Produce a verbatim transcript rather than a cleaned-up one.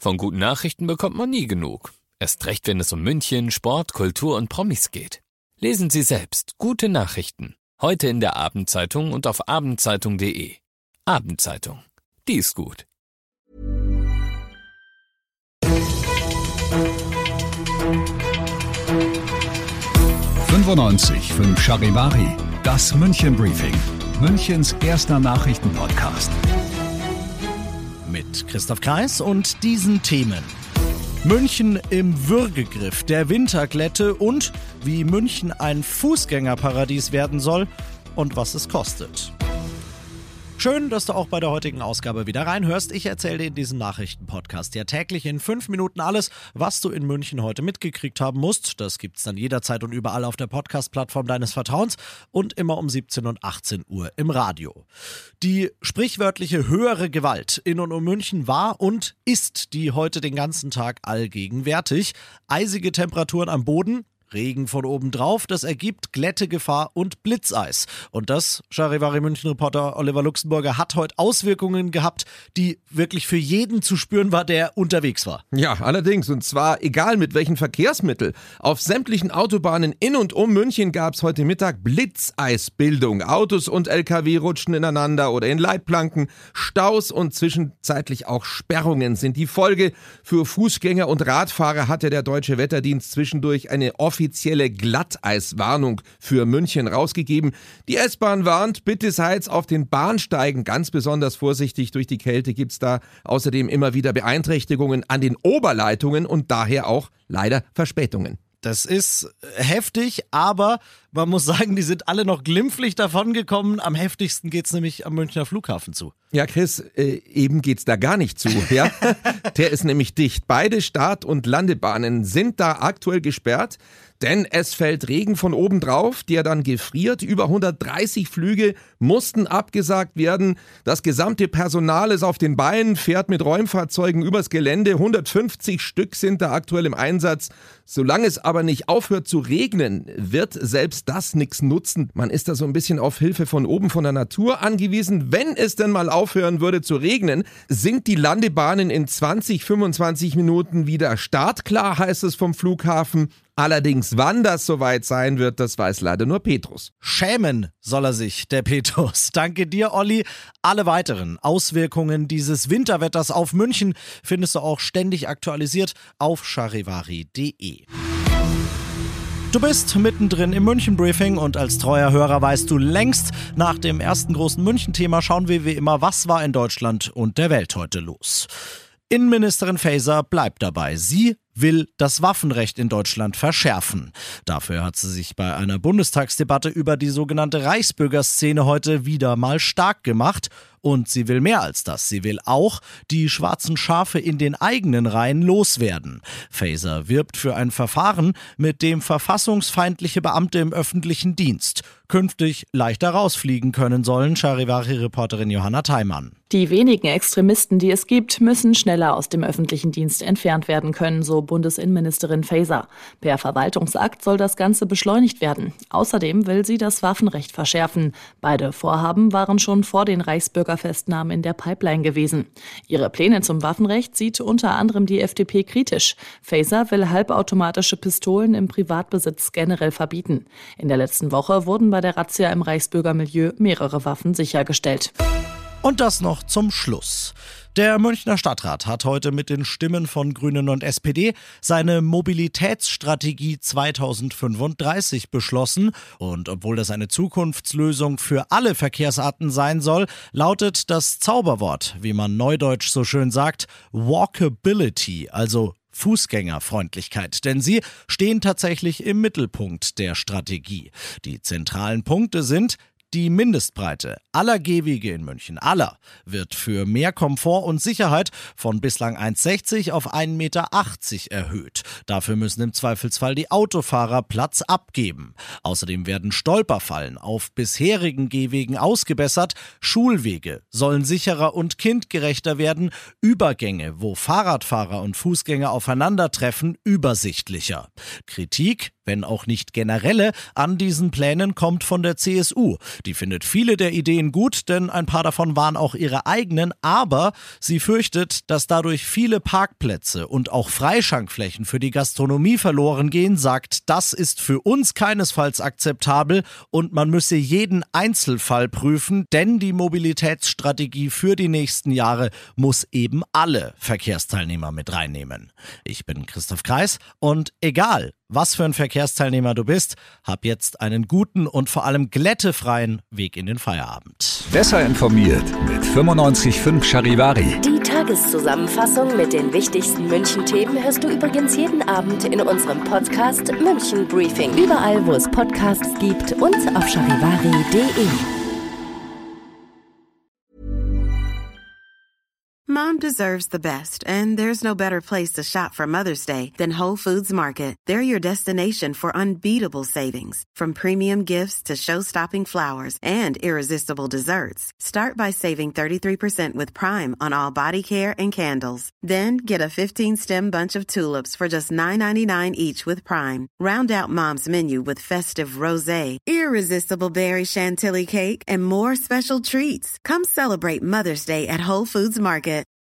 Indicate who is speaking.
Speaker 1: Von guten Nachrichten bekommt man nie genug. Erst recht, wenn es um München, Sport, Kultur und Promis geht. Lesen Sie selbst gute Nachrichten. Heute in der Abendzeitung und auf abendzeitung punkt de. Abendzeitung. Die ist gut.
Speaker 2: fünfundneunzig Komma fünf Charivari, das München Briefing, Münchens erster Nachrichtenpodcast.
Speaker 3: Mit Christoph Kreis und diesen Themen. München im Würgegriff der Winterglätte und wie München ein Fußgängerparadies werden soll und was es kostet. Schön, dass du auch bei der heutigen Ausgabe wieder reinhörst. Ich erzähle dir in diesem Nachrichtenpodcast ja täglich in fünf Minuten alles, was du in München heute mitgekriegt haben musst. Das gibt's dann jederzeit und überall auf der Podcast-Plattform deines Vertrauens und immer um siebzehn und achtzehn Uhr im Radio. Die sprichwörtliche höhere Gewalt in und um München war und ist die heute den ganzen Tag allgegenwärtig. Eisige Temperaturen am Boden, Regen von oben drauf, das ergibt Glättegefahr und Blitzeis. Und das, Charivari München-Reporter Oliver Luxemburger, hat heute Auswirkungen gehabt, die wirklich für jeden zu spüren war, der unterwegs war.
Speaker 4: Ja, allerdings. Und zwar egal mit welchen Verkehrsmitteln. Auf sämtlichen Autobahnen in und um München gab es heute Mittag Blitzeisbildung. Autos und L K W rutschen ineinander oder in Leitplanken. Staus und zwischenzeitlich auch Sperrungen sind die Folge. Für Fußgänger und Radfahrer hatte der Deutsche Wetterdienst zwischendurch eine offizielle Glatteiswarnung für München rausgegeben. Die S-Bahn warnt, bitte seid auf den Bahnsteigen ganz besonders vorsichtig. Durch die Kälte gibt es da außerdem immer wieder Beeinträchtigungen an den Oberleitungen und daher auch leider Verspätungen.
Speaker 3: Das ist heftig, aber man muss sagen, die sind alle noch glimpflich davongekommen. Am heftigsten geht's nämlich am Münchner Flughafen zu.
Speaker 4: Ja, Chris, äh, eben geht's da gar nicht zu. Ja? Der ist nämlich dicht. Beide Start- und Landebahnen sind da aktuell gesperrt, denn es fällt Regen von oben drauf, der dann gefriert. Über hundertdreißig Flüge mussten abgesagt werden. Das gesamte Personal ist auf den Beinen, fährt mit Räumfahrzeugen übers Gelände. hundertfünfzig Stück sind da aktuell im Einsatz. Solange es aber nicht aufhört zu regnen, wird selbst das nichts nutzen. Man ist da so ein bisschen auf Hilfe von oben, von der Natur angewiesen. Wenn es denn mal aufhören würde zu regnen, sind die Landebahnen in zwanzig, fünfundzwanzig Minuten wieder startklar, heißt es vom Flughafen. Allerdings, wann das soweit sein wird, das weiß leider nur Petrus.
Speaker 3: Schämen soll er sich, der Petrus. Danke dir, Olli. Alle weiteren Auswirkungen dieses Winterwetters auf München findest du auch ständig aktualisiert auf charivari punkt de. Du bist mittendrin im München-Briefing und als treuer Hörer weißt du längst, nach dem ersten großen München-Thema schauen wir wie immer, was war in Deutschland und der Welt heute los. Innenministerin Faeser bleibt dabei. Sie will das Waffenrecht in Deutschland verschärfen. Dafür hat sie sich bei einer Bundestagsdebatte über die sogenannte Reichsbürgerszene heute wieder mal stark gemacht. Und sie will mehr als das. Sie will auch die schwarzen Schafe in den eigenen Reihen loswerden. Faeser wirbt für ein Verfahren, mit dem verfassungsfeindliche Beamte im öffentlichen Dienst künftig leichter rausfliegen können sollen, Charivari-Reporterin Johanna Theimann.
Speaker 5: Die wenigen Extremisten, die es gibt, müssen schneller aus dem öffentlichen Dienst entfernt werden können, so Bundesinnenministerin Faeser. Per Verwaltungsakt soll das Ganze beschleunigt werden. Außerdem will sie das Waffenrecht verschärfen. Beide Vorhaben waren schon vor den Reichsbürgerfestnahmen in der Pipeline gewesen. Ihre Pläne zum Waffenrecht sieht unter anderem die F D P kritisch. Faeser will halbautomatische Pistolen im Privatbesitz generell verbieten. In der letzten Woche wurden bei der Razzia im Reichsbürgermilieu mehrere Waffen sichergestellt.
Speaker 3: Und das noch zum Schluss. Der Münchner Stadtrat hat heute mit den Stimmen von Grünen und S P D seine Mobilitätsstrategie zweitausendfünfunddreißig beschlossen. Und obwohl das eine Zukunftslösung für alle Verkehrsarten sein soll, lautet das Zauberwort, wie man neudeutsch so schön sagt, Walkability, also Fußgängerfreundlichkeit, denn sie stehen tatsächlich im Mittelpunkt der Strategie. Die zentralen Punkte sind: Die Mindestbreite aller Gehwege in München, aller, wird für mehr Komfort und Sicherheit von bislang eins Komma sechzig auf ein Komma achtzig Meter erhöht. Dafür müssen im Zweifelsfall die Autofahrer Platz abgeben. Außerdem werden Stolperfallen auf bisherigen Gehwegen ausgebessert. Schulwege sollen sicherer und kindgerechter werden. Übergänge, wo Fahrradfahrer und Fußgänger aufeinandertreffen, übersichtlicher. Kritik wenn auch nicht generelle, an diesen Plänen kommt von der C S U. Die findet viele der Ideen gut, denn ein paar davon waren auch ihre eigenen, aber sie fürchtet, dass dadurch viele Parkplätze und auch Freischankflächen für die Gastronomie verloren gehen, sagt, das ist für uns keinesfalls akzeptabel und man müsse jeden Einzelfall prüfen, denn die Mobilitätsstrategie für die nächsten Jahre muss eben alle Verkehrsteilnehmer mit reinnehmen. Ich bin Christoph Kreis und egal, was für ein Verkehrsteilnehmer du bist, hab jetzt einen guten und vor allem glättefreien Weg in den Feierabend.
Speaker 2: Besser informiert mit fünfundneunzig Komma fünf Charivari.
Speaker 6: Die Tageszusammenfassung mit den wichtigsten München-Themen hörst du übrigens jeden Abend in unserem Podcast München Briefing. Überall, wo es Podcasts gibt und auf charivari punkt de.
Speaker 7: Mom deserves the best, and there's no better place to shop for Mother's Day than Whole Foods Market. They're your destination for unbeatable savings, from premium gifts to show-stopping flowers and irresistible desserts. Start by saving thirty-three percent with Prime on all body care and candles. Then get a fifteen-stem bunch of tulips for just nine ninety-nine each with Prime. Round out Mom's menu with festive rosé, irresistible berry chantilly cake, and more special treats. Come celebrate Mother's Day at Whole Foods Market.